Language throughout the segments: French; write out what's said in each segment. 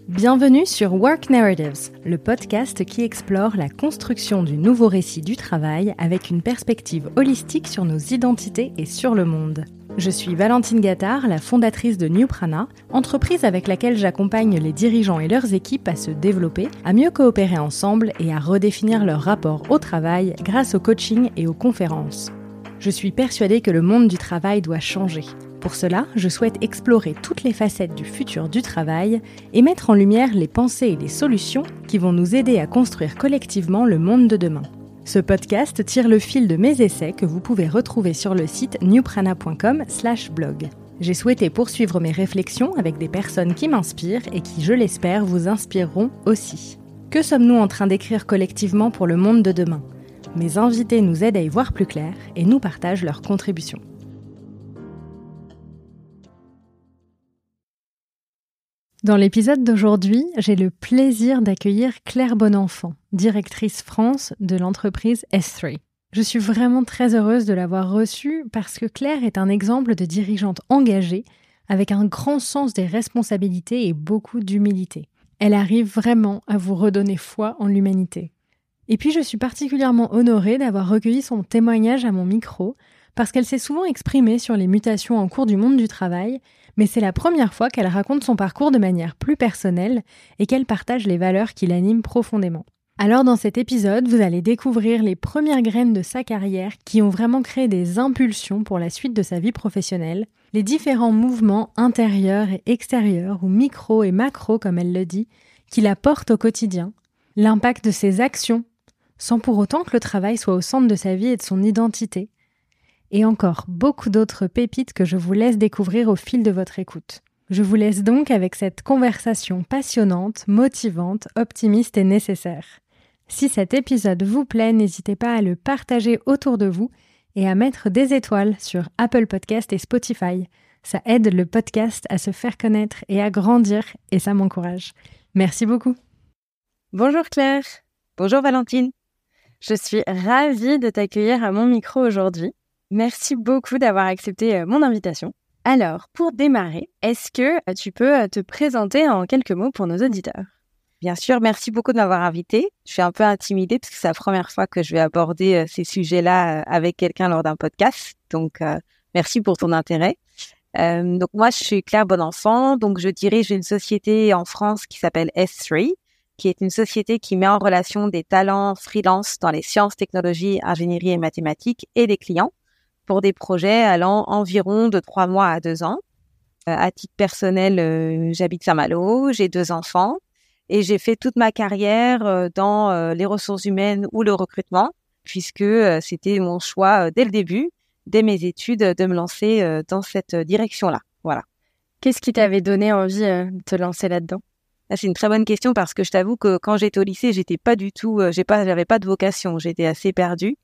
Bienvenue sur Work Narratives, le podcast qui explore la construction du nouveau récit du travail avec une perspective holistique sur nos identités et sur le monde. Je suis Valentine Gattard, la fondatrice de New Prana, entreprise avec laquelle j'accompagne les dirigeants et leurs équipes à se développer, à mieux coopérer ensemble et à redéfinir leur rapport au travail grâce au coaching et aux conférences. Je suis persuadée que le monde du travail doit changer. Pour cela, je souhaite explorer toutes les facettes du futur du travail et mettre en lumière les pensées et les solutions qui vont nous aider à construire collectivement le monde de demain. Ce podcast tire le fil de mes essais que vous pouvez retrouver sur le site newprana.com/blog. J'ai souhaité poursuivre mes réflexions avec des personnes qui m'inspirent et qui, je l'espère, vous inspireront aussi. Que sommes-nous en train d'écrire collectivement pour le monde de demain ? Mes invités nous aident à y voir plus clair et nous partagent leurs contributions. Dans l'épisode d'aujourd'hui, j'ai le plaisir d'accueillir Claire Bonenfant, directrice France de l'entreprise S3. Je suis vraiment très heureuse de l'avoir reçue parce que Claire est un exemple de dirigeante engagée avec un grand sens des responsabilités et beaucoup d'humilité. Elle arrive vraiment à vous redonner foi en l'humanité. Et puis je suis particulièrement honorée d'avoir recueilli son témoignage à mon micro parce qu'elle s'est souvent exprimée sur les mutations en cours du monde du travail, mais c'est la première fois qu'elle raconte son parcours de manière plus personnelle et qu'elle partage les valeurs qui l'animent profondément. Alors dans cet épisode, vous allez découvrir les premières graines de sa carrière qui ont vraiment créé des impulsions pour la suite de sa vie professionnelle, les différents mouvements intérieurs et extérieurs, ou micro et macro comme elle le dit, qui la portent au quotidien, l'impact de ses actions, sans pour autant que le travail soit au centre de sa vie et de son identité, et encore beaucoup d'autres pépites que je vous laisse découvrir au fil de votre écoute. Je vous laisse donc avec cette conversation passionnante, motivante, optimiste et nécessaire. Si cet épisode vous plaît, n'hésitez pas à le partager autour de vous et à mettre des étoiles sur Apple Podcast et Spotify. Ça aide le podcast à se faire connaître et à grandir et ça m'encourage. Merci beaucoup. Bonjour Claire. Bonjour Valentine. Je suis ravie de t'accueillir à mon micro aujourd'hui. Merci beaucoup d'avoir accepté mon invitation. Alors, pour démarrer, est-ce que tu peux te présenter en quelques mots pour nos auditeurs ? Bien sûr, merci beaucoup de m'avoir invitée. Je suis un peu intimidée parce que c'est la première fois que je vais aborder ces sujets-là avec quelqu'un lors d'un podcast. Donc, merci pour ton intérêt. Donc, moi, je suis Claire Bonenfant. Donc, je dirige une société en France qui s'appelle S3, qui est une société qui met en relation des talents freelance dans les sciences, technologies, ingénierie et mathématiques et des clients pour des projets allant environ de 3 mois à 2 ans. À titre personnel, j'habite Saint-Malo, j'ai 2 enfants et j'ai fait toute ma carrière dans les ressources humaines ou le recrutement puisque c'était mon choix dès le début, dès mes études, de me lancer dans cette direction-là. Voilà. Qu'est-ce qui t'avait donné envie de te lancer là-dedans ? C'est une très bonne question parce que je t'avoue que quand j'étais au lycée, j'étais pas du tout, j'avais pas de vocation, j'étais assez perdue.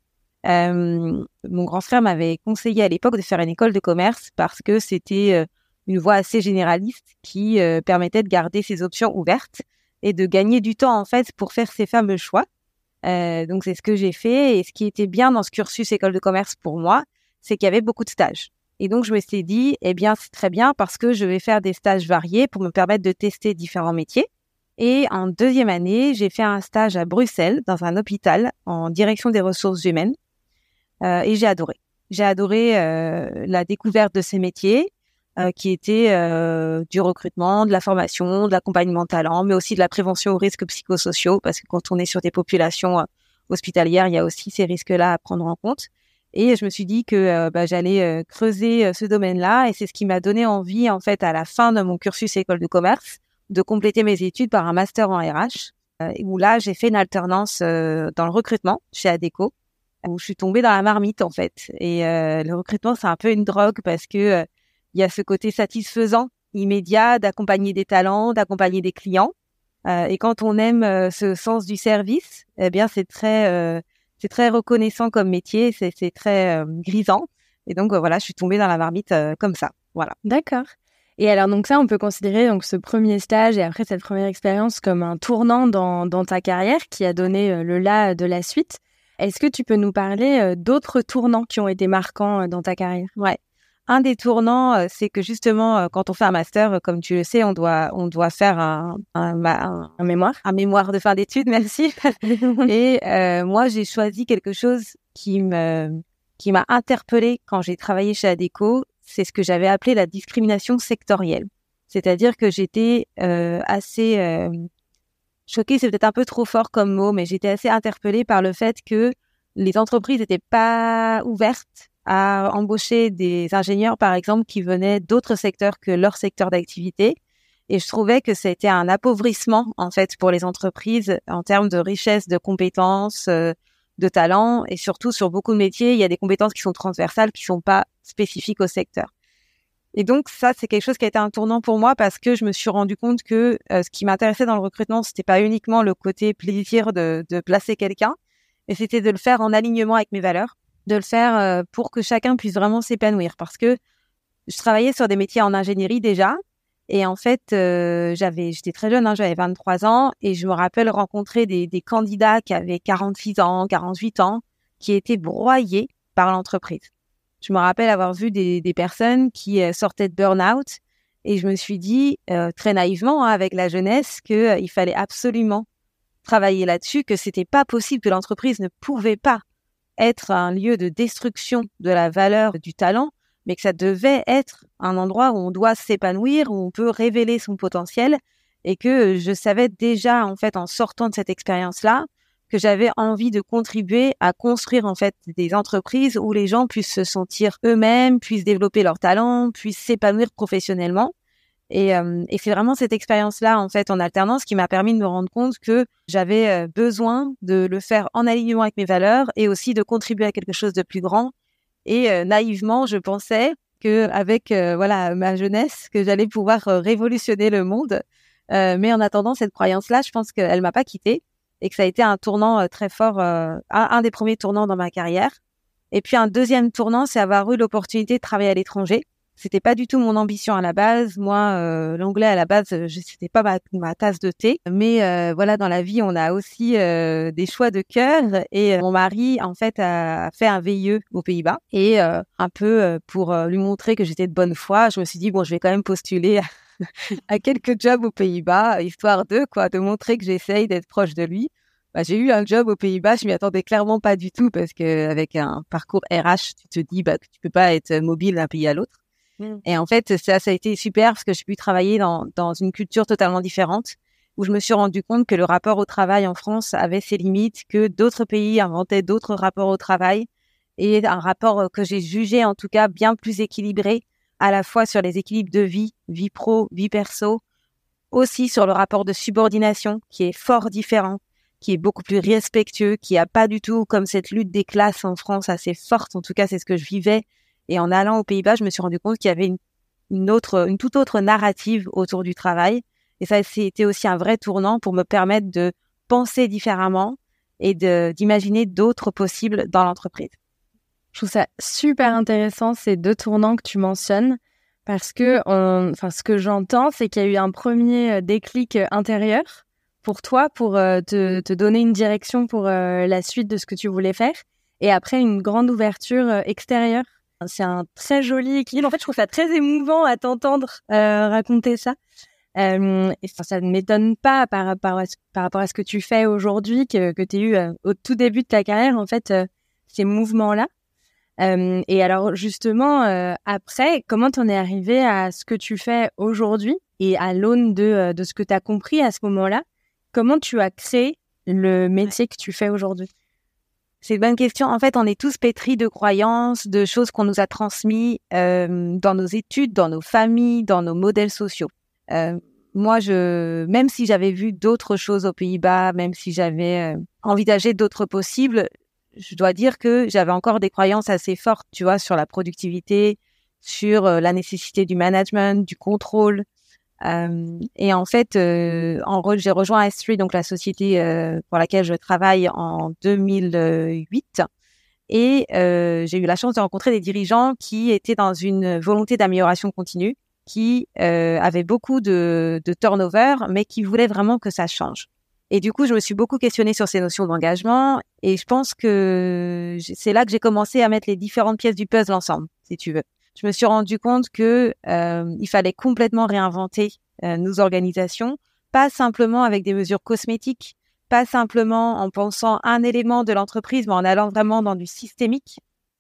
Mon grand frère m'avait conseillé à l'époque de faire une école de commerce parce que c'était une voie assez généraliste qui permettait de garder ses options ouvertes et de gagner du temps en fait pour faire ces fameux choix. Donc c'est ce que j'ai fait et ce qui était bien dans ce cursus école de commerce pour moi, c'est qu'il y avait beaucoup de stages. Et donc je me suis dit, eh bien c'est très bien parce que je vais faire des stages variés pour me permettre de tester différents métiers. Et en 2e année, j'ai fait un stage à Bruxelles dans un hôpital en direction des ressources humaines. Et j'ai adoré. J'ai adoré la découverte de ces métiers qui étaient du recrutement, de la formation, de l'accompagnement talent, mais aussi de la prévention aux risques psychosociaux parce que quand on est sur des populations hospitalières, il y a aussi ces risques-là à prendre en compte. Et je me suis dit que j'allais creuser ce domaine-là et c'est ce qui m'a donné envie en fait à la fin de mon cursus école de commerce de compléter mes études par un master en RH où là j'ai fait une alternance dans le recrutement chez Adecco où je suis tombée dans la marmite en fait. Et le recrutement c'est un peu une drogue parce que il y a ce côté satisfaisant, immédiat d'accompagner des talents, d'accompagner des clients. Et quand on aime ce sens du service, eh bien c'est très reconnaissant comme métier, c'est très grisant. Et donc voilà, je suis tombée dans la marmite comme ça. Voilà. D'accord. Et alors donc ça, on peut considérer donc ce premier stage et après cette première expérience comme un tournant dans ta carrière qui a donné le là de la suite. Est-ce que tu peux nous parler d'autres tournants qui ont été marquants dans ta carrière ? Ouais. un des tournants, c'est que justement, quand on fait un master, comme tu le sais, on doit faire un mémoire de fin d'études, merci. Et moi, j'ai choisi quelque chose qui m'a interpellée quand j'ai travaillé chez Adecco. C'est ce que j'avais appelé la discrimination sectorielle. C'est-à-dire que j'étais assez choquée, c'est peut-être un peu trop fort comme mot, mais j'étais assez interpellée par le fait que les entreprises n'étaient pas ouvertes à embaucher des ingénieurs, par exemple, qui venaient d'autres secteurs que leur secteur d'activité. Et je trouvais que c'était un appauvrissement, en fait, pour les entreprises en termes de richesse, de compétences, de talents. Et surtout, sur beaucoup de métiers, il y a des compétences qui sont transversales, qui sont pas spécifiques au secteur. Et donc, ça, c'est quelque chose qui a été un tournant pour moi parce que je me suis rendu compte que ce qui m'intéressait dans le recrutement, c'était pas uniquement le côté plaisir de placer quelqu'un, mais c'était de le faire en alignement avec mes valeurs, de le faire pour que chacun puisse vraiment s'épanouir. Parce que je travaillais sur des métiers en ingénierie déjà, et en fait, j'étais très jeune, j'avais 23 ans, et je me rappelle rencontrer des candidats qui avaient 46 ans, 48 ans, qui étaient broyés par l'entreprise. Je me rappelle avoir vu des personnes qui sortaient de burn-out, et je me suis dit, très naïvement, avec la jeunesse, qu'il fallait absolument travailler là-dessus, que c'était pas possible, que l'entreprise ne pouvait pas être un lieu de destruction de la valeur du talent, mais que ça devait être un endroit où on doit s'épanouir, où on peut révéler son potentiel, et que je savais déjà, en fait, en sortant de cette expérience-là, que j'avais envie de contribuer à construire, en fait, des entreprises où les gens puissent se sentir eux-mêmes, puissent développer leurs talents, puissent s'épanouir professionnellement. Et c'est vraiment cette expérience-là, en fait, en alternance, qui m'a permis de me rendre compte que j'avais besoin de le faire en alignement avec mes valeurs et aussi de contribuer à quelque chose de plus grand. Et naïvement, je pensais que avec ma jeunesse, que j'allais pouvoir révolutionner le monde. Mais en attendant, cette croyance-là, je pense qu'elle m'a pas quittée et que ça a été un tournant très fort, un des premiers tournants dans ma carrière. Et puis un deuxième tournant, c'est avoir eu l'opportunité de travailler à l'étranger. C'était pas du tout mon ambition à la base. Moi, l'anglais à la base, c'était pas ma tasse de thé. Mais dans la vie, on a aussi des choix de cœur. Et mon mari, en fait, a fait un VIE aux Pays-Bas. Et un peu pour lui montrer que j'étais de bonne foi, je me suis dit je vais quand même postuler à quelques jobs aux Pays-Bas, histoire de montrer que j'essaye d'être proche de lui. J'ai eu un job aux Pays-Bas, je m'y attendais clairement pas du tout parce que avec un parcours RH, tu te dis que tu peux pas être mobile d'un pays à l'autre. Et en fait, ça a été super parce que j'ai pu travailler dans une culture totalement différente où je me suis rendu compte que le rapport au travail en France avait ses limites, que d'autres pays inventaient d'autres rapports au travail et un rapport que j'ai jugé en tout cas bien plus équilibré à la fois sur les équilibres de vie pro, vie perso, aussi sur le rapport de subordination qui est fort différent, qui est beaucoup plus respectueux, qui a pas du tout comme cette lutte des classes en France assez forte, en tout cas c'est ce que je vivais. Et en allant aux Pays-Bas, je me suis rendu compte qu'il y avait une toute autre narrative autour du travail. Et ça, c'était aussi un vrai tournant pour me permettre de penser différemment et d'imaginer d'autres possibles dans l'entreprise. Je trouve ça super intéressant, ces deux tournants que tu mentionnes, parce que ce que j'entends, c'est qu'il y a eu un premier déclic intérieur pour toi, pour te donner une direction pour la suite de ce que tu voulais faire, et après une grande ouverture extérieure. C'est un très joli équilibre. En fait, je trouve ça très émouvant à t'entendre raconter ça. Ça ne m'étonne pas par rapport à ce que tu fais aujourd'hui, que tu as eu au tout début de ta carrière, en fait, ces mouvements-là. Et alors, justement, après, comment t'en es arrivé à ce que tu fais aujourd'hui et à l'aune de ce que tu as compris à ce moment-là, comment tu as créé le métier que tu fais aujourd'hui? C'est une bonne question. En fait, on est tous pétris de croyances, de choses qu'on nous a transmises dans nos études, dans nos familles, dans nos modèles sociaux. Moi, même si j'avais vu d'autres choses aux Pays-Bas, même si j'avais envisagé d'autres possibles, je dois dire que j'avais encore des croyances assez fortes, tu vois, sur la productivité, sur la nécessité du management, du contrôle. Et en fait, j'ai rejoint S3, donc la société pour laquelle je travaille en 2008. Et j'ai eu la chance de rencontrer des dirigeants qui étaient dans une volonté d'amélioration continue, qui avaient beaucoup de turnover, mais qui voulaient vraiment que ça change. Et du coup, je me suis beaucoup questionnée sur ces notions d'engagement. Et je pense que c'est là que j'ai commencé à mettre les différentes pièces du puzzle ensemble, si tu veux. je me suis rendu compte que il fallait complètement réinventer nos organisations, pas simplement avec des mesures cosmétiques, pas simplement en pensant un élément de l'entreprise, mais en allant vraiment dans du systémique.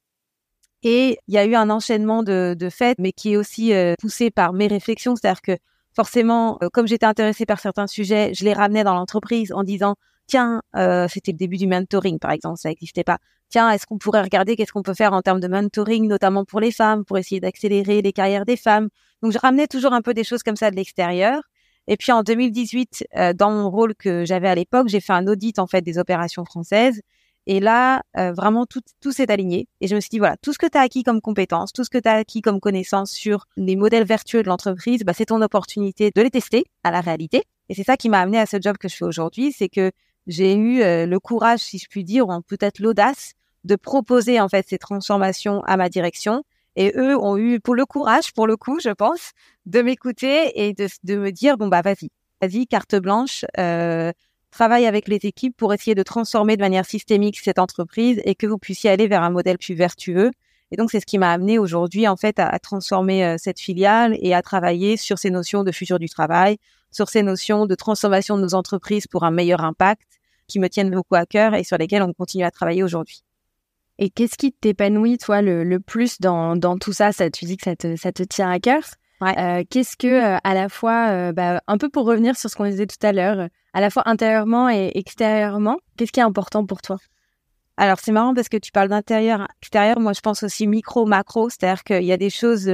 Et il y a eu un enchaînement de faits, mais qui est aussi poussé par mes réflexions. C'est-à-dire que forcément, comme j'étais intéressée par certains sujets, je les ramenais dans l'entreprise en disant « Tiens, c'était le début du mentoring, par exemple, ça n'existait pas. Tiens, est-ce qu'on pourrait regarder qu'est-ce qu'on peut faire en termes de mentoring, notamment pour les femmes, pour essayer d'accélérer les carrières des femmes ?» Donc, je ramenais toujours un peu des choses comme ça de l'extérieur. Et puis, en 2018, dans mon rôle que j'avais à l'époque, j'ai fait un audit, en fait, des opérations françaises. Et là, vraiment, tout s'est aligné. Et je me suis dit, voilà, tout ce que tu as acquis comme compétences, tout ce que tu as acquis comme connaissances sur les modèles vertueux de l'entreprise, bah, c'est ton opportunité de les tester à la réalité. Et c'est ça qui m'a amené à ce job que je fais aujourd'hui, c'est que j'ai eu le courage, si je puis dire, ou peut-être l'audace de proposer, en fait, ces transformations à ma direction. Et eux ont eu pour le courage, pour le coup, je pense, de m'écouter et de me dire, bon, bah, vas-y, carte blanche, travaille avec les équipes pour essayer de transformer de manière systémique cette entreprise et que vous puissiez aller vers un modèle plus vertueux. Et donc, c'est ce qui m'a amené aujourd'hui, en fait, à transformer cette filiale et à travailler sur ces notions de futur du travail, sur ces notions de transformation de nos entreprises pour un meilleur impact qui me tiennent beaucoup à cœur et sur lesquelles on continue à travailler aujourd'hui. Et qu'est-ce qui t'épanouit, toi, le plus dans tout ça? Tu dis que ça te tient à cœur. Ouais. Qu'est-ce que, à la fois, un peu pour revenir sur ce qu'on disait tout à l'heure, à la fois intérieurement et extérieurement, qu'est-ce qui est important pour toi? Alors, c'est marrant parce que tu parles d'intérieur, extérieur. Moi, je pense aussi micro, macro. C'est-à-dire qu'il y a des choses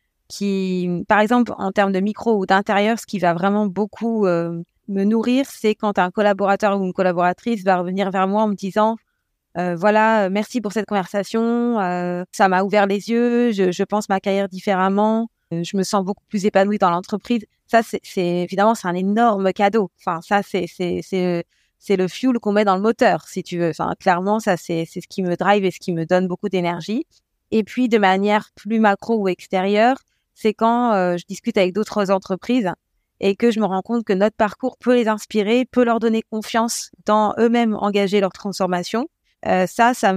qui, par exemple, en termes de micro ou d'intérieur, ce qui va vraiment beaucoup me nourrir, c'est quand un collaborateur ou une collaboratrice va revenir vers moi en me disant voilà, merci pour cette conversation, ça m'a ouvert les yeux, je pense ma carrière différemment, je me sens beaucoup plus épanouie dans l'entreprise. Ça, c'est évidemment, c'est un énorme cadeau. Enfin, ça, c'est le fuel qu'on met dans le moteur, si tu veux. Enfin, clairement, ça, c'est ce qui me drive et ce qui me donne beaucoup d'énergie. Et puis, de manière plus macro ou extérieure, c'est quand je discute avec d'autres entreprises et que je me rends compte que notre parcours peut les inspirer, peut leur donner confiance dans eux-mêmes engager leur transformation. Ça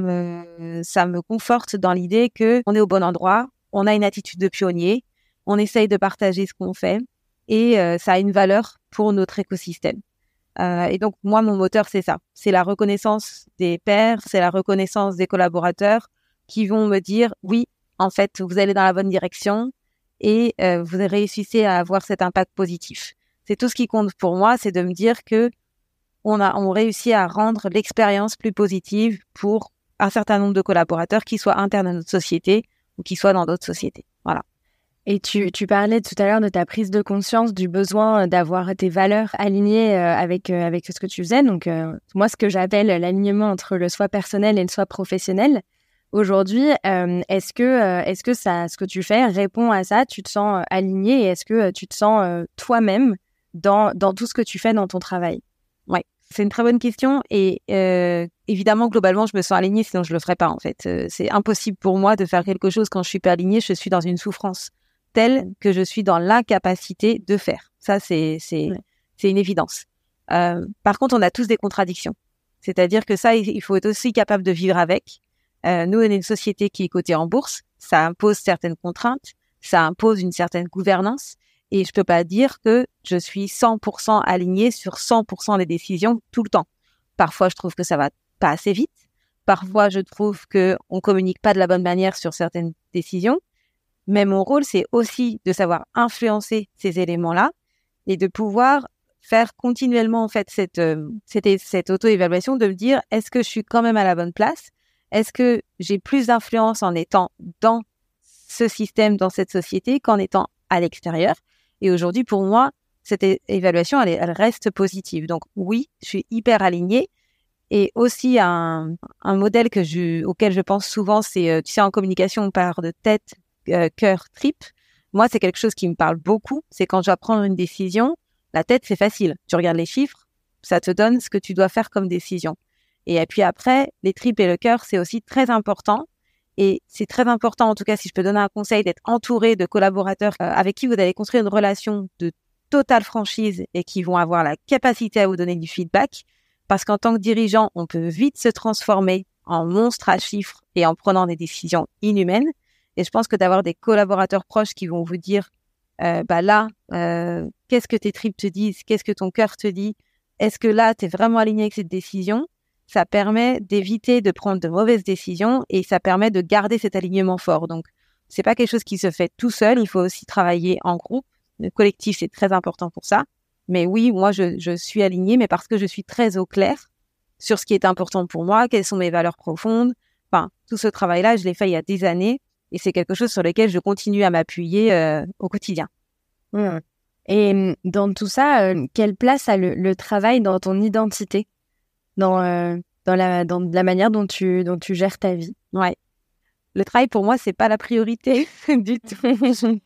me conforte dans l'idée que on est au bon endroit, on a une attitude de pionnier, on essaye de partager ce qu'on fait et ça a une valeur pour notre écosystème. Et donc, moi, mon moteur, c'est ça. C'est la reconnaissance des pairs, c'est la reconnaissance des collaborateurs qui vont me dire, oui, en fait, vous allez dans la bonne direction et vous réussissez à avoir cet impact positif. C'est tout ce qui compte pour moi, c'est de me dire que on réussit à rendre l'expérience plus positive pour un certain nombre de collaborateurs, qui soient internes à notre société ou qui soient dans d'autres sociétés. Voilà. Et tu parlais tout à l'heure de ta prise de conscience du besoin d'avoir tes valeurs alignées avec ce que tu faisais. Donc, moi, ce que j'appelle l'alignement entre le soi personnel et le soi professionnel. Aujourd'hui, est-ce que ça, ce que tu fais répond à ça? Tu te sens aligné et est-ce que tu te sens toi-même dans tout ce que tu fais dans ton travail? Ouais. C'est une très bonne question et évidemment, globalement, je me sens alignée, sinon je le ferais pas en fait. C'est impossible pour moi de faire quelque chose quand je suis pas alignée. Je suis dans une souffrance telle que je suis dans l'incapacité de faire. Ça, c'est une évidence. Par contre, on a tous des contradictions. C'est-à-dire que ça, il faut être aussi capable de vivre avec. Nous, on est une société qui est cotée en bourse. Ça impose certaines contraintes, ça impose une certaine gouvernance. Et je peux pas dire que je suis 100% alignée sur 100% des décisions tout le temps. Parfois, je trouve que ça va pas assez vite. Parfois, je trouve que on communique pas de la bonne manière sur certaines décisions. Mais mon rôle, c'est aussi de savoir influencer ces éléments-là et de pouvoir faire continuellement, en fait, cette auto-évaluation, de me dire, est-ce que je suis quand même à la bonne place? Est-ce que j'ai plus d'influence en étant dans ce système, dans cette société, qu'en étant à l'extérieur? Et aujourd'hui, pour moi, cette évaluation, elle reste positive. Donc oui, je suis hyper alignée. Et aussi un modèle auquel je pense souvent, c'est, tu sais, en communication, on parle de tête, cœur, tripes. Moi, c'est quelque chose qui me parle beaucoup. C'est quand je dois prendre une décision, la tête, c'est facile. Tu regardes les chiffres, ça te donne ce que tu dois faire comme décision. Et puis après, les tripes et le cœur, c'est aussi très important. Et c'est très important, en tout cas, si je peux donner un conseil, d'être entouré de collaborateurs avec qui vous allez construire une relation de totale franchise et qui vont avoir la capacité à vous donner du feedback. Parce qu'en tant que dirigeant, on peut vite se transformer en monstre à chiffres et en prenant des décisions inhumaines. Et je pense que d'avoir des collaborateurs proches qui vont vous dire, qu'est-ce que tes tripes te disent, qu'est-ce que ton cœur te dit, est-ce que là, tu es vraiment aligné avec cette décision, ça permet d'éviter de prendre de mauvaises décisions et ça permet de garder cet alignement fort. Donc, c'est pas quelque chose qui se fait tout seul, il faut aussi travailler en groupe. Le collectif, c'est très important pour ça. Mais oui, moi, je suis alignée, mais parce que je suis très au clair sur ce qui est important pour moi, quelles sont mes valeurs profondes. Enfin, tout ce travail-là, je l'ai fait il y a des années et c'est quelque chose sur lequel je continue à m'appuyer au quotidien. Et dans tout ça, quelle place a le travail dans ton identité, dans la manière dont tu gères ta vie? Ouais. Le travail, pour moi, c'est pas la priorité du tout.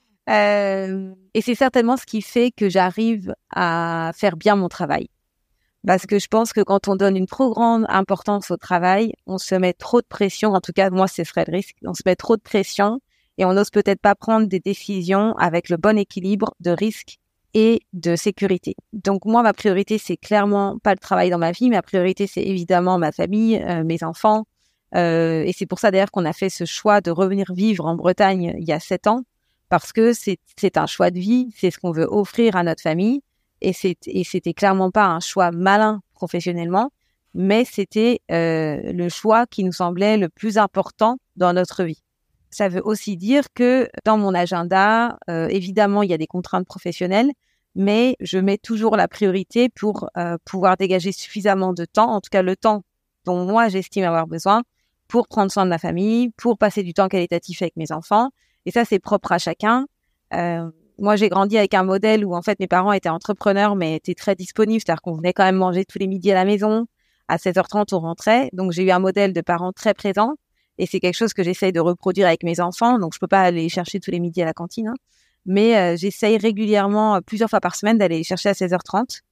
Et c'est certainement ce qui fait que j'arrive à faire bien mon travail. Parce que je pense que quand on donne une trop grande importance au travail, on se met trop de pression. En tout cas, moi, ce serait le risque. On se met trop de pression et on n'ose peut-être pas prendre des décisions avec le bon équilibre de risque et de sécurité. Donc moi, ma priorité, c'est clairement pas le travail dans ma vie. Ma priorité, c'est évidemment ma famille, mes enfants. Et c'est pour ça d'ailleurs qu'on a fait ce choix de revenir vivre en Bretagne il y a 7 ans, parce que c'est un choix de vie, c'est ce qu'on veut offrir à notre famille. Et c'était clairement pas un choix malin professionnellement, mais c'était le choix qui nous semblait le plus important dans notre vie. Ça veut aussi dire que dans mon agenda, évidemment, il y a des contraintes professionnelles, mais je mets toujours la priorité pour pouvoir dégager suffisamment de temps, en tout cas le temps dont moi j'estime avoir besoin, pour prendre soin de ma famille, pour passer du temps qualitatif avec mes enfants. Et ça, c'est propre à chacun. Moi, j'ai grandi avec un modèle où, en fait, mes parents étaient entrepreneurs, mais étaient très disponibles. C'est-à-dire qu'on venait quand même manger tous les midis à la maison. À 16h30, on rentrait. Donc, j'ai eu un modèle de parents très présents. Et c'est quelque chose que j'essaye de reproduire avec mes enfants. Donc, je peux pas aller chercher tous les midis à la cantine, hein. Mais j'essaye régulièrement, plusieurs fois par semaine, d'aller les chercher à 16h30.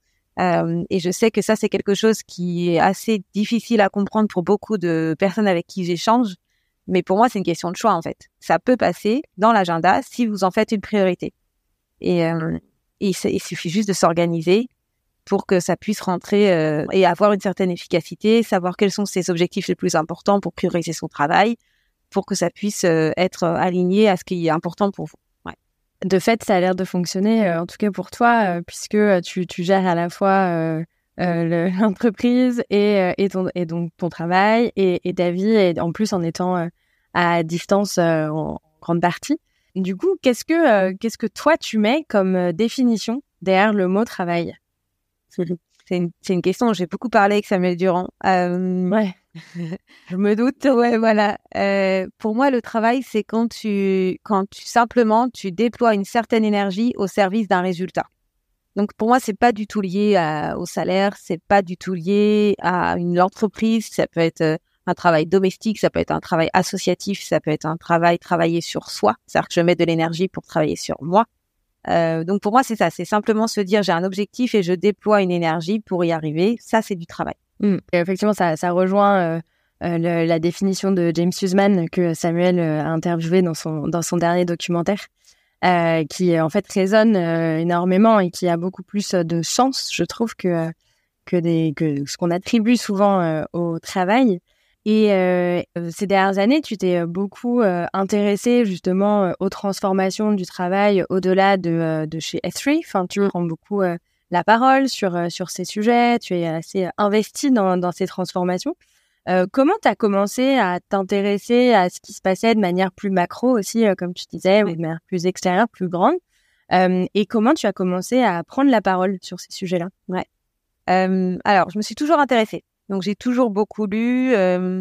Et je sais que ça, c'est quelque chose qui est assez difficile à comprendre pour beaucoup de personnes avec qui j'échange. Mais pour moi, c'est une question de choix, en fait. Ça peut passer dans l'agenda si vous en faites une priorité. Et il suffit juste de s'organiser pour que ça puisse rentrer et avoir une certaine efficacité, savoir quels sont ses objectifs les plus importants pour prioriser son travail, pour que ça puisse être aligné à ce qui est important pour vous. Ouais. De fait, ça a l'air de fonctionner, en tout cas pour toi, puisque tu gères à la fois l'entreprise et donc ton travail et ta vie, et en plus en étant à distance en grande partie. Du coup, qu'est-ce que toi tu mets comme définition derrière le mot travail? C'est une question. J'ai beaucoup parlé avec Samuel Durand. Ouais. Je me doute. Ouais, voilà. Pour moi, le travail, c'est quand tu simplement tu déploies une certaine énergie au service d'un résultat. Donc pour moi, c'est pas du tout lié au salaire, c'est pas du tout lié à l'entreprise. Ça peut être un travail domestique, ça peut être un travail associatif, ça peut être un travailler sur soi. C'est-à-dire que je mets de l'énergie pour travailler sur moi. Donc pour moi, c'est ça. C'est simplement se dire j'ai un objectif et je déploie une énergie pour y arriver. Ça, c'est du travail. Et effectivement, ça rejoint la définition de James Huseman que Samuel a interviewé dans son dernier documentaire, qui en fait résonne énormément et qui a beaucoup plus de sens, je trouve, que ce qu'on attribue souvent au travail. Et ces dernières années, tu t'es beaucoup intéressée justement aux transformations du travail au-delà de chez S3. Enfin, tu prends beaucoup la parole sur ces sujets. Tu es assez investie dans ces transformations. Comment tu as commencé à t'intéresser à ce qui se passait de manière plus macro aussi, comme tu disais, ou de manière plus extérieure, plus grande, et comment tu as commencé à prendre la parole sur ces sujets-là? Ouais. Alors, je me suis toujours intéressée. Donc, j'ai toujours beaucoup lu.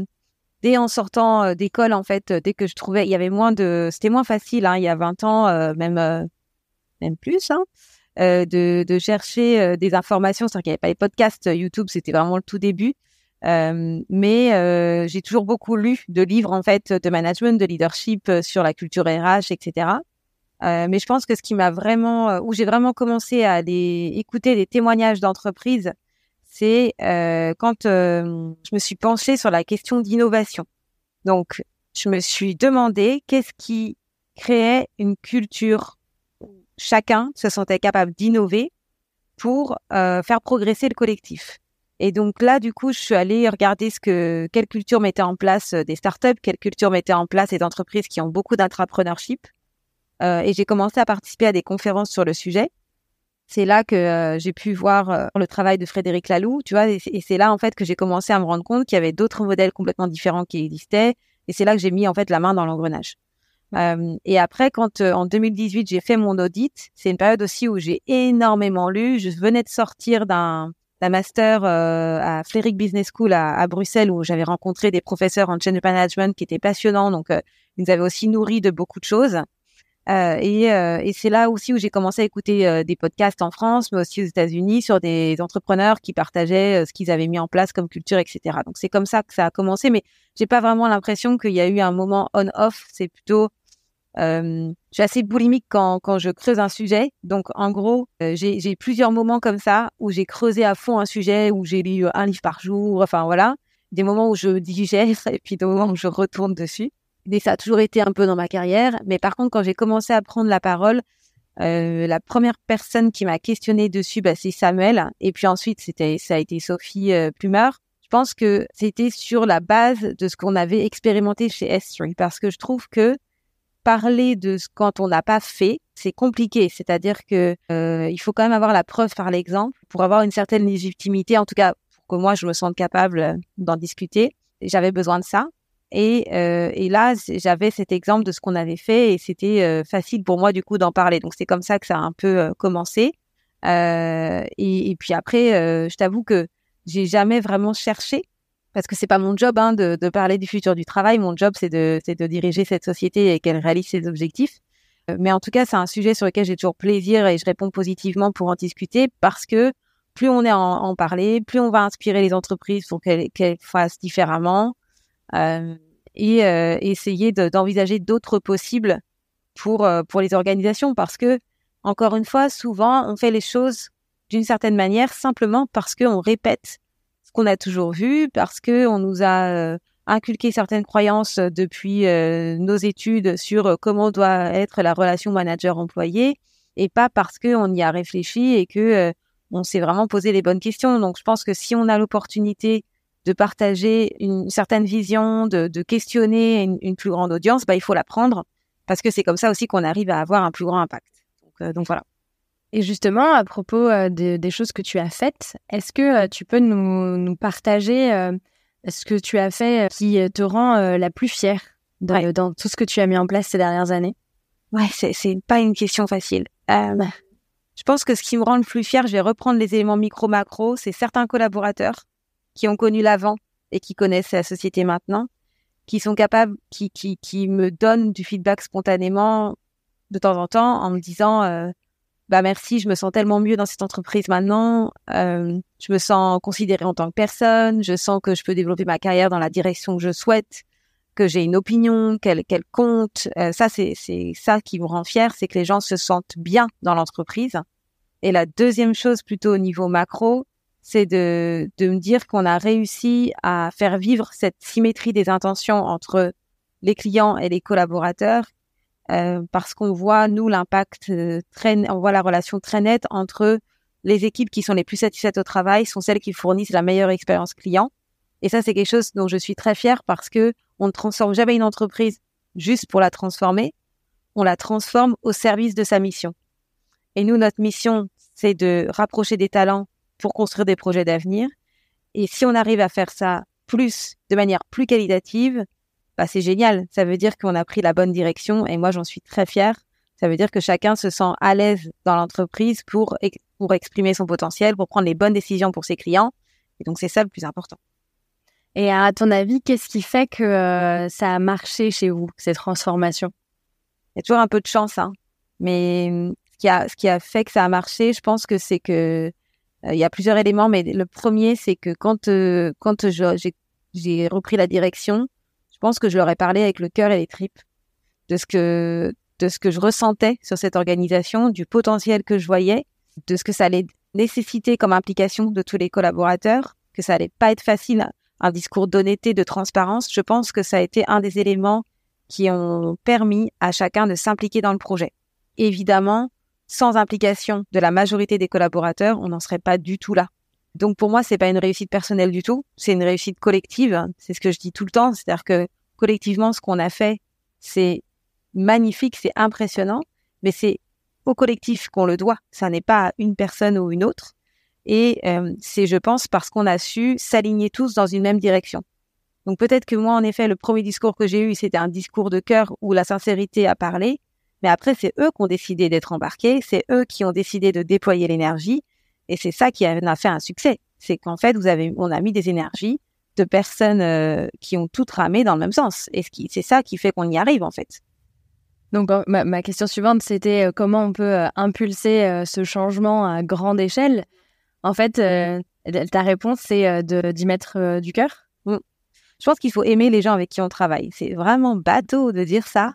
Dès en sortant d'école, en fait, dès que je trouvais, il y avait c'était moins facile, hein, il y a 20 ans, même plus, hein, de chercher des informations. C'est-à-dire qu'il n'y avait pas les podcasts YouTube, c'était vraiment le tout début. Mais j'ai toujours beaucoup lu de livres, en fait, de management, de leadership sur la culture RH, etc. Mais je pense que ce qui m'a vraiment, où j'ai vraiment commencé à aller écouter des témoignages d'entreprises, c'est quand je me suis penchée sur la question d'innovation. Donc, je me suis demandé qu'est-ce qui créait une culture où chacun se sentait capable d'innover pour faire progresser le collectif. Et donc là, du coup, je suis allée regarder quelle culture mettait en place des startups, quelle culture mettait en place des entreprises qui ont beaucoup d'intrapreneurship. Et j'ai commencé à participer à des conférences sur le sujet. C'est là que j'ai pu voir le travail de Frédéric Laloux, tu vois, et c'est là en fait que j'ai commencé à me rendre compte qu'il y avait d'autres modèles complètement différents qui existaient. Et c'est là que j'ai mis en fait la main dans l'engrenage. Et après, quand en 2018 j'ai fait mon audit, c'est une période aussi où j'ai énormément lu. Je venais de sortir d'un master à Frédéric Business School à Bruxelles, où j'avais rencontré des professeurs en change management qui étaient passionnants. Donc, ils nous avaient aussi nourris de beaucoup de choses. Et c'est là aussi où j'ai commencé à écouter des podcasts en France, mais aussi aux États-Unis, sur des entrepreneurs qui partageaient ce qu'ils avaient mis en place comme culture, etc. Donc, c'est comme ça que ça a commencé. Mais j'ai pas vraiment l'impression qu'il y a eu un moment on-off. C'est plutôt je suis assez boulimique quand je creuse un sujet. Donc, en gros, j'ai plusieurs moments comme ça où j'ai creusé à fond un sujet, où j'ai lu un livre par jour. Enfin, voilà. Des moments où je digère et puis des moments où je retourne dessus. Et ça a toujours été un peu dans ma carrière. Mais par contre, quand j'ai commencé à prendre la parole, la première personne qui m'a questionnée dessus, c'est Samuel. Et puis ensuite, ça a été Sophie Plumer. Je pense que c'était sur la base de ce qu'on avait expérimenté chez S3. Parce que je trouve que parler de ce quand on n'a pas fait, c'est compliqué. C'est-à-dire que il faut quand même avoir la preuve par l'exemple pour avoir une certaine légitimité, en tout cas pour que moi je me sente capable d'en discuter. J'avais besoin de ça. Et là, j'avais cet exemple de ce qu'on avait fait et c'était facile pour moi du coup d'en parler. Donc c'est comme ça que ça a un peu commencé. Et puis après, je t'avoue que j'ai jamais vraiment cherché. Parce que c'est pas mon job de parler du futur du travail. Mon job, c'est de diriger cette société et qu'elle réalise ses objectifs. Mais en tout cas, c'est un sujet sur lequel j'ai toujours plaisir et je réponds positivement pour en discuter parce que plus on est en parler, plus on va inspirer les entreprises pour qu'elles fassent différemment et essayer d'envisager d'autres possibles pour les organisations. Parce que, encore une fois, souvent, on fait les choses d'une certaine manière simplement parce qu'on répète ce qu'on a toujours vu, parce que on nous a inculqué certaines croyances depuis nos études sur comment doit être la relation manager-employé, et pas parce que on y a réfléchi et que on s'est vraiment posé les bonnes questions. Donc, je pense que si on a l'opportunité de partager une certaine vision, de questionner une plus grande audience, il faut la prendre, parce que c'est comme ça aussi qu'on arrive à avoir un plus grand impact. Donc voilà. Et justement, à propos des choses que tu as faites, est-ce que tu peux nous partager ce que tu as fait qui te rend la plus fière dans tout ce que tu as mis en place ces dernières années? Ouais, c'est pas une question facile. Je pense que ce qui me rend le plus fière, je vais reprendre les éléments micro-macro, c'est certains collaborateurs qui ont connu l'avant et qui connaissent la société maintenant, qui sont capables, qui me donnent du feedback spontanément de temps en temps en me disant merci, je me sens tellement mieux dans cette entreprise maintenant, je me sens considérée en tant que personne, je sens que je peux développer ma carrière dans la direction que je souhaite, que j'ai une opinion, qu'elle compte. Ça, c'est ça qui me rend fière, c'est que les gens se sentent bien dans l'entreprise. Et la deuxième chose, plutôt au niveau macro, c'est de me dire qu'on a réussi à faire vivre cette symétrie des intentions entre les clients et les collaborateurs, parce qu'on voit, nous, l'impact on voit la relation très nette entre les équipes qui sont les plus satisfaites au travail, sont celles qui fournissent la meilleure expérience client. Et ça, c'est quelque chose dont je suis très fière parce que on ne transforme jamais une entreprise juste pour la transformer. On la transforme au service de sa mission. Et nous, notre mission, c'est de rapprocher des talents pour construire des projets d'avenir. Et si on arrive à faire ça de manière plus qualitative, c'est génial. Ça veut dire qu'on a pris la bonne direction et moi, j'en suis très fière. Ça veut dire que chacun se sent à l'aise dans l'entreprise pour exprimer son potentiel, pour prendre les bonnes décisions pour ses clients. Et donc, c'est ça le plus important. Et à ton avis, qu'est-ce qui fait que ça a marché chez vous, ces transformations? Il y a toujours un peu de chance, mais ce qui a fait que ça a marché, je pense que c'est que il y a plusieurs éléments, mais le premier, c'est que quand j'ai repris la direction, je pense que je leur ai parlé avec le cœur et les tripes de ce que je ressentais sur cette organisation, du potentiel que je voyais, de ce que ça allait nécessiter comme implication de tous les collaborateurs, que ça allait pas être facile, un discours d'honnêteté, de transparence. Je pense que ça a été un des éléments qui ont permis à chacun de s'impliquer dans le projet. Évidemment, sans implication de la majorité des collaborateurs, on n'en serait pas du tout là. Donc pour moi, c'est pas une réussite personnelle du tout, c'est une réussite collective. C'est ce que je dis tout le temps, c'est-à-dire que collectivement, ce qu'on a fait, c'est magnifique, c'est impressionnant, mais c'est au collectif qu'on le doit. Ça n'est pas à une personne ou une autre. Et c'est, je pense, parce qu'on a su s'aligner tous dans une même direction. Donc peut-être que moi, en effet, le premier discours que j'ai eu, c'était un discours de cœur où la sincérité a parlé. Mais après, c'est eux qui ont décidé d'être embarqués, c'est eux qui ont décidé de déployer l'énergie. Et c'est ça qui en a fait un succès. C'est qu'en fait, on a mis des énergies de personnes qui ont toutes ramé dans le même sens. Et c'est ça qui fait qu'on y arrive, en fait. Donc, ma question suivante, c'était comment on peut impulser ce changement à grande échelle. En fait, ta réponse, c'est d'y mettre du cœur. Je pense qu'il faut aimer les gens avec qui on travaille. C'est vraiment bateau de dire ça,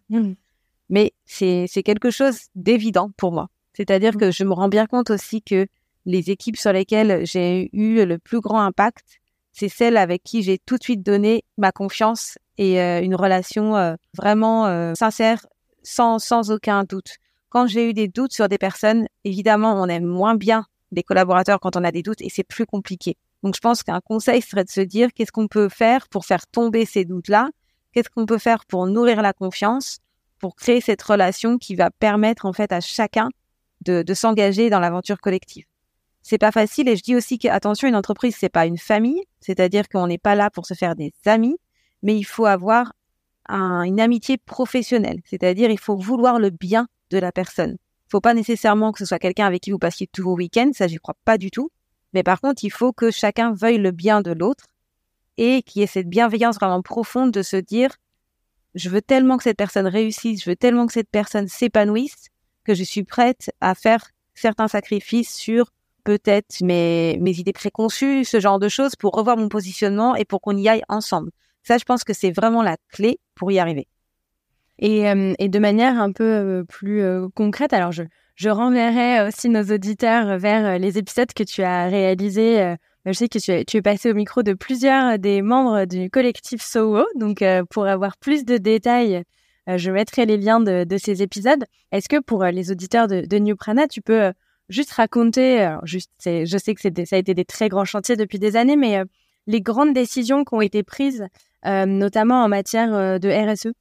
mais c'est quelque chose d'évident pour moi. C'est-à-dire que je me rends bien compte aussi que les équipes sur lesquelles j'ai eu le plus grand impact, c'est celles avec qui j'ai tout de suite donné ma confiance et une relation vraiment sincère, sans aucun doute. Quand j'ai eu des doutes sur des personnes, évidemment, on aime moins bien des collaborateurs quand on a des doutes et c'est plus compliqué. Donc, je pense qu'un conseil serait de se dire qu'est-ce qu'on peut faire pour faire tomber ces doutes-là, qu'est-ce qu'on peut faire pour nourrir la confiance, pour créer cette relation qui va permettre en fait à chacun de s'engager dans l'aventure collective. C'est pas facile et je dis aussi que attention, une entreprise c'est pas une famille, c'est-à-dire qu'on n'est pas là pour se faire des amis, mais il faut avoir une amitié professionnelle, c'est-à-dire il faut vouloir le bien de la personne. Il faut pas nécessairement que ce soit quelqu'un avec qui vous passiez tous vos week-ends, ça j'y crois pas du tout. Mais par contre, il faut que chacun veuille le bien de l'autre et qu'il y ait cette bienveillance vraiment profonde de se dire je veux tellement que cette personne réussisse, je veux tellement que cette personne s'épanouisse que je suis prête à faire certains sacrifices sur peut-être mes idées préconçues, ce genre de choses pour revoir mon positionnement et pour qu'on y aille ensemble. Ça, je pense que c'est vraiment la clé pour y arriver. Et de manière un peu plus concrète, alors je renverrai aussi nos auditeurs vers les épisodes que tu as réalisés. Je sais que tu es passé au micro de plusieurs des membres du collectif SOHO. Donc, pour avoir plus de détails, je mettrai les liens de ces épisodes. Est-ce que pour les auditeurs de New Prana, tu peux juste raconter, je sais que ça a été des très grands chantiers depuis des années, mais les grandes décisions qui ont été prises, notamment en matière de RSE?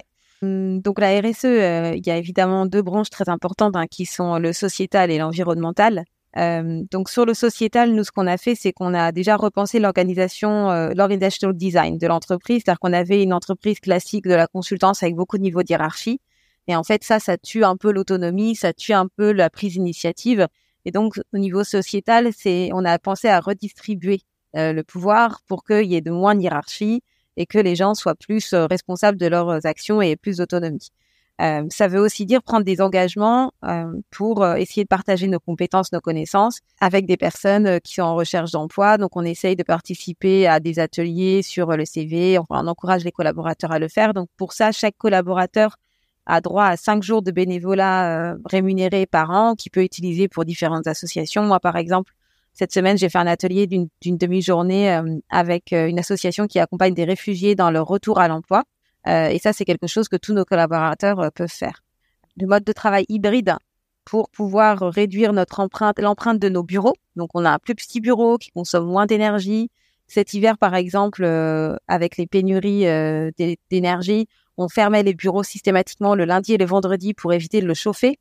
Donc la RSE, il y a évidemment deux branches très importantes qui sont le sociétal et l'environnemental. Donc sur le sociétal, nous ce qu'on a fait, c'est qu'on a déjà repensé l'organizational design de l'entreprise, c'est-à-dire qu'on avait une entreprise classique de la consultance avec beaucoup de niveaux de hiérarchie. Et en fait, ça tue un peu l'autonomie, ça tue un peu la prise d'initiative. Et donc au niveau sociétal, on a pensé à redistribuer le pouvoir pour qu'il y ait de moins de hiérarchie et que les gens soient plus responsables de leurs actions et plus d'autonomie. Ça veut aussi dire prendre des engagements pour essayer de partager nos compétences, nos connaissances avec des personnes qui sont en recherche d'emploi. Donc, on essaye de participer à des ateliers sur le CV. On encourage les collaborateurs à le faire. Donc, pour ça, chaque collaborateur a droit à 5 jours de bénévolat rémunéré par an qu'il peut utiliser pour différentes associations. Moi, par exemple, cette semaine, j'ai fait un atelier d'une demi-journée avec une association qui accompagne des réfugiés dans leur retour à l'emploi. Et ça, c'est quelque chose que tous nos collaborateurs peuvent faire. Le mode de travail hybride pour pouvoir réduire l'empreinte de nos bureaux. Donc, on a un plus petit bureau qui consomme moins d'énergie. Cet hiver, par exemple, avec les pénuries d'énergie, on fermait les bureaux systématiquement le lundi et le vendredi pour éviter de le chauffer.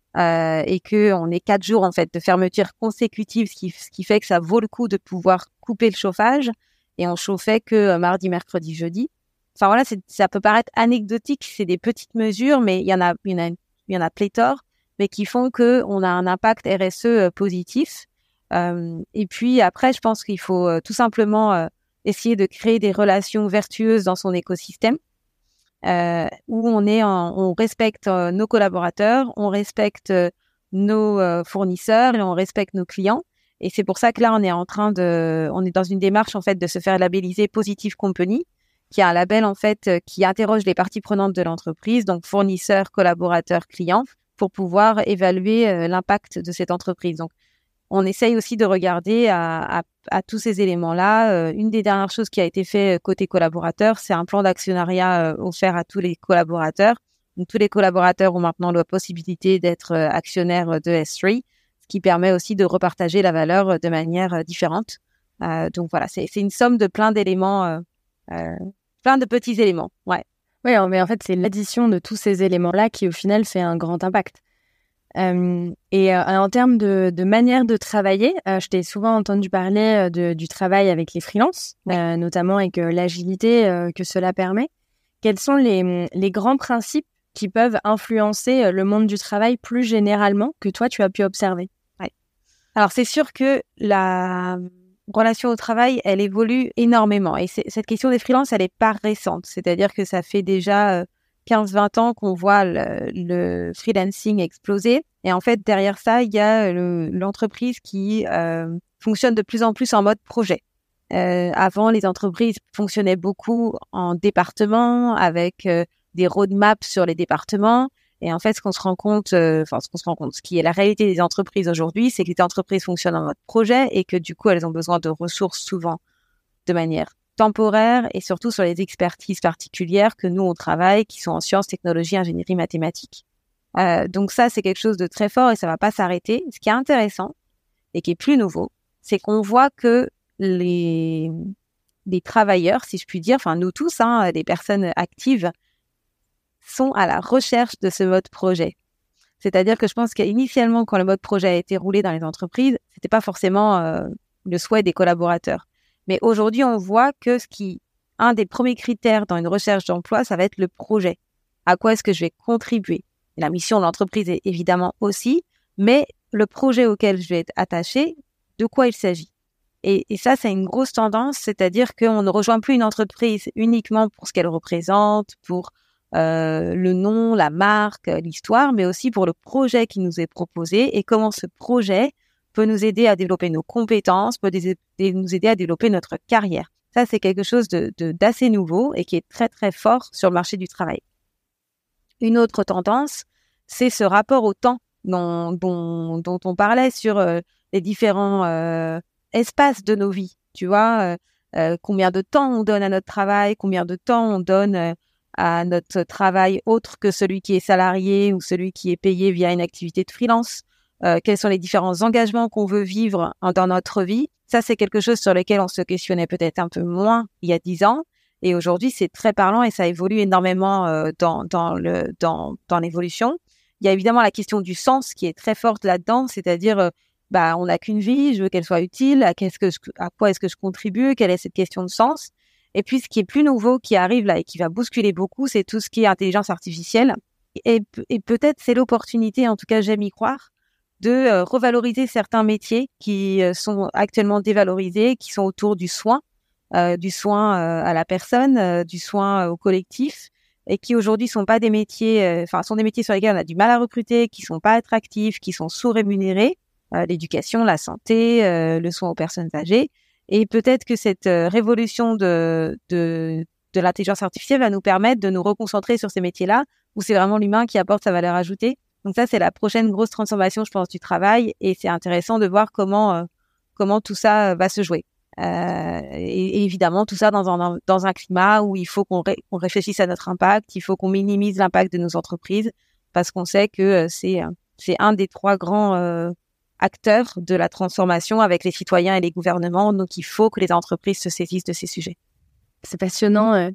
Et que on ait 4 jours en fait de fermeture consécutive, ce qui fait que ça vaut le coup de pouvoir couper le chauffage. Et on chauffait que mardi, mercredi, jeudi. Enfin voilà, ça peut paraître anecdotique, c'est des petites mesures, mais il y en a pléthore, mais qui font que on a un impact RSE positif. Et puis après, je pense qu'il faut tout simplement essayer de créer des relations vertueuses dans son écosystème. Où on respecte nos collaborateurs, on respecte nos fournisseurs et on respecte nos clients. Et c'est pour ça que là, on est dans une démarche en fait de se faire labelliser Positive Company, qui est un label en fait qui interroge les parties prenantes de l'entreprise, donc fournisseurs, collaborateurs, clients, pour pouvoir évaluer l'impact de cette entreprise. Donc, on essaye aussi de regarder à tous ces éléments-là. Une des dernières choses qui a été fait côté collaborateurs, c'est un plan d'actionnariat offert à tous les collaborateurs. Donc, tous les collaborateurs ont maintenant la possibilité d'être actionnaires de S3, ce qui permet aussi de repartager la valeur de manière différente. Donc voilà, c'est une somme de plein d'éléments, plein de petits éléments. Ouais. Oui, mais en fait, c'est l'addition de tous ces éléments-là qui, au final, fait un grand impact. En termes de manière de travailler, je t'ai souvent entendu parler du travail avec les freelances, notamment avec l'agilité que cela permet. Quels sont les grands principes qui peuvent influencer le monde du travail plus généralement que toi, tu as pu observer? Alors, c'est sûr que la relation au travail, elle évolue énormément. Et cette question des freelances, elle est pas récente. C'est-à-dire que ça fait déjà 15-20 ans qu'on voit le freelancing exploser. Et en fait, derrière ça, il y a l'entreprise qui fonctionne de plus en plus en mode projet. Avant, les entreprises fonctionnaient beaucoup en département, avec des roadmaps sur les départements. Et en fait, ce qui est la réalité des entreprises aujourd'hui, c'est que les entreprises fonctionnent en mode projet et que du coup, elles ont besoin de ressources souvent de manière temporaire et surtout sur les expertises particulières que nous, on travaille, qui sont en sciences, technologies, ingénierie, mathématiques. Donc ça, c'est quelque chose de très fort et ça va pas s'arrêter. Ce qui est intéressant et qui est plus nouveau, c'est qu'on voit que les travailleurs, si je puis dire, enfin nous tous, les personnes actives, sont à la recherche de ce mode projet. C'est-à-dire que je pense qu'initialement, quand le mode projet a été roulé dans les entreprises, c'était pas forcément le souhait des collaborateurs. Mais aujourd'hui, on voit que un des premiers critères dans une recherche d'emploi, ça va être le projet. À quoi est-ce que je vais contribuer? Et la mission de l'entreprise est évidemment aussi, mais le projet auquel je vais être attaché, de quoi il s'agit? Et ça, c'est une grosse tendance, c'est-à-dire qu'on ne rejoint plus une entreprise uniquement pour ce qu'elle représente, pour le nom, la marque, l'histoire, mais aussi pour le projet qui nous est proposé et comment ce projet peut nous aider à développer nos compétences, peut nous aider à développer notre carrière. Ça, c'est quelque chose d'assez nouveau et qui est très, très fort sur le marché du travail. Une autre tendance, c'est ce rapport au temps dont on parlait sur les différents espaces de nos vies. Tu vois, combien de temps on donne à notre travail, combien de temps on donne à notre travail autre que celui qui est salarié ou celui qui est payé via une activité de freelance. Quels sont les différents engagements qu'on veut vivre dans notre vie. Ça, c'est quelque chose sur lequel on se questionnait peut-être un peu moins il y a 10 ans. Et aujourd'hui, c'est très parlant et ça évolue énormément dans l'évolution. Il y a évidemment la question du sens qui est très forte là-dedans, c'est-à-dire on n'a qu'une vie, je veux qu'elle soit utile, à quoi est-ce que je contribue, quelle est cette question de sens. Et puis, ce qui est plus nouveau, qui arrive là et qui va bousculer beaucoup, c'est tout ce qui est intelligence artificielle. Et peut-être c'est l'opportunité, en tout cas j'aime y croire, de revaloriser certains métiers qui sont actuellement dévalorisés, qui sont autour du soin à la personne, du soin au collectif, et qui aujourd'hui sont pas des métiers, sont des métiers sur lesquels on a du mal à recruter, qui sont pas attractifs, qui sont sous-rémunérés, l'éducation, la santé, le soin aux personnes âgées. Et peut-être que cette révolution de l'intelligence artificielle va nous permettre de nous reconcentrer sur ces métiers-là, où c'est vraiment l'humain qui apporte sa valeur ajoutée. Donc ça, c'est la prochaine grosse transformation, je pense, du travail. Et c'est intéressant de voir comment tout ça va se jouer. Et évidemment, tout ça dans un climat où il faut qu'on réfléchisse à notre impact, il faut qu'on minimise l'impact de nos entreprises, parce qu'on sait que c'est un des 3 grands acteurs de la transformation avec les citoyens et les gouvernements. Donc, il faut que les entreprises se saisissent de ces sujets. C'est passionnant.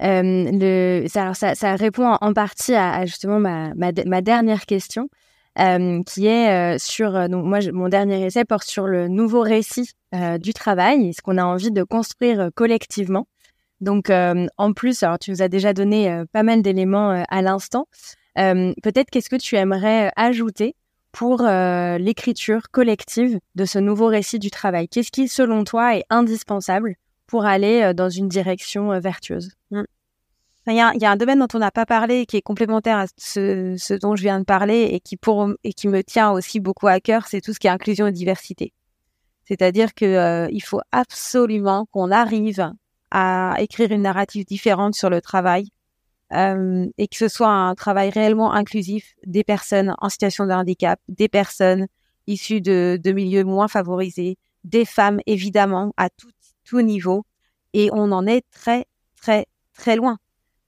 Ça répond en partie à justement ma dernière question, qui est sur... donc moi, mon dernier essai porte sur le nouveau récit du travail et ce qu'on a envie de construire collectivement. Donc, en plus, alors tu nous as déjà donné pas mal d'éléments à l'instant. Peut-être qu'est-ce que tu aimerais ajouter pour l'écriture collective de ce nouveau récit du travail? Qu'est-ce qui, selon toi, est indispensable pour aller dans une direction vertueuse? Il y a un domaine dont on n'a pas parlé qui est complémentaire à ce dont je viens de parler et qui me tient aussi beaucoup à cœur, c'est tout ce qui est inclusion et diversité. C'est-à-dire que il faut absolument qu'on arrive à écrire une narrative différente sur le travail et que ce soit un travail réellement inclusif des personnes en situation de handicap, des personnes issues de milieux moins favorisés, des femmes évidemment à tout niveau, et on en est très très très loin.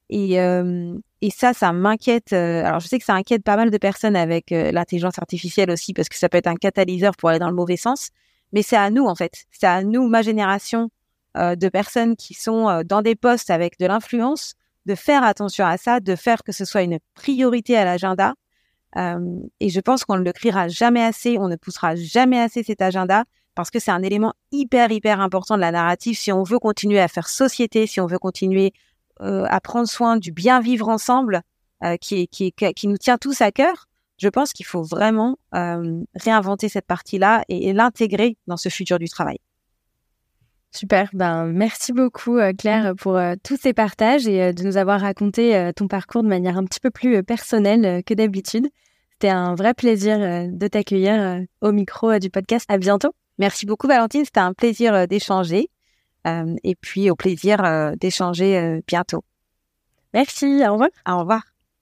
Et ça m'inquiète. Alors, je sais que ça inquiète pas mal de personnes avec l'intelligence artificielle aussi, parce que ça peut être un catalyseur pour aller dans le mauvais sens. Mais c'est à nous, en fait. C'est à nous, ma génération de personnes qui sont dans des postes avec de l'influence, de faire attention à ça, de faire que ce soit une priorité à l'agenda. Et je pense qu'on ne le criera jamais assez, on ne poussera jamais assez cet agenda, parce que c'est un élément hyper important de la narrative. Si on veut continuer à faire société, si on veut continuer à prendre soin du bien vivre ensemble, qui nous tient tous à cœur, je pense qu'il faut vraiment réinventer cette partie-là et l'intégrer dans ce futur du travail. Super, merci beaucoup Claire pour tous ces partages et de nous avoir raconté ton parcours de manière un petit peu plus personnelle que d'habitude. C'était un vrai plaisir de t'accueillir au micro du podcast. À bientôt. Merci beaucoup Valentine, c'était un plaisir d'échanger et puis au plaisir d'échanger bientôt. Merci, au revoir. Au revoir.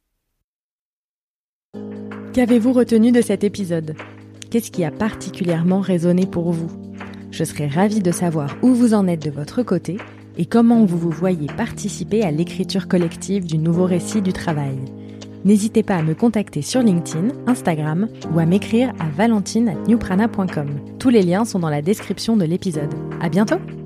Qu'avez-vous retenu de cet épisode ? Qu'est-ce qui a particulièrement résonné pour vous ? Je serais ravie de savoir où vous en êtes de votre côté et comment vous vous voyez participer à l'écriture collective du nouveau récit du travail. N'hésitez pas à me contacter sur LinkedIn, Instagram ou à m'écrire à valentine@newprana.com. Tous les liens sont dans la description de l'épisode. À bientôt!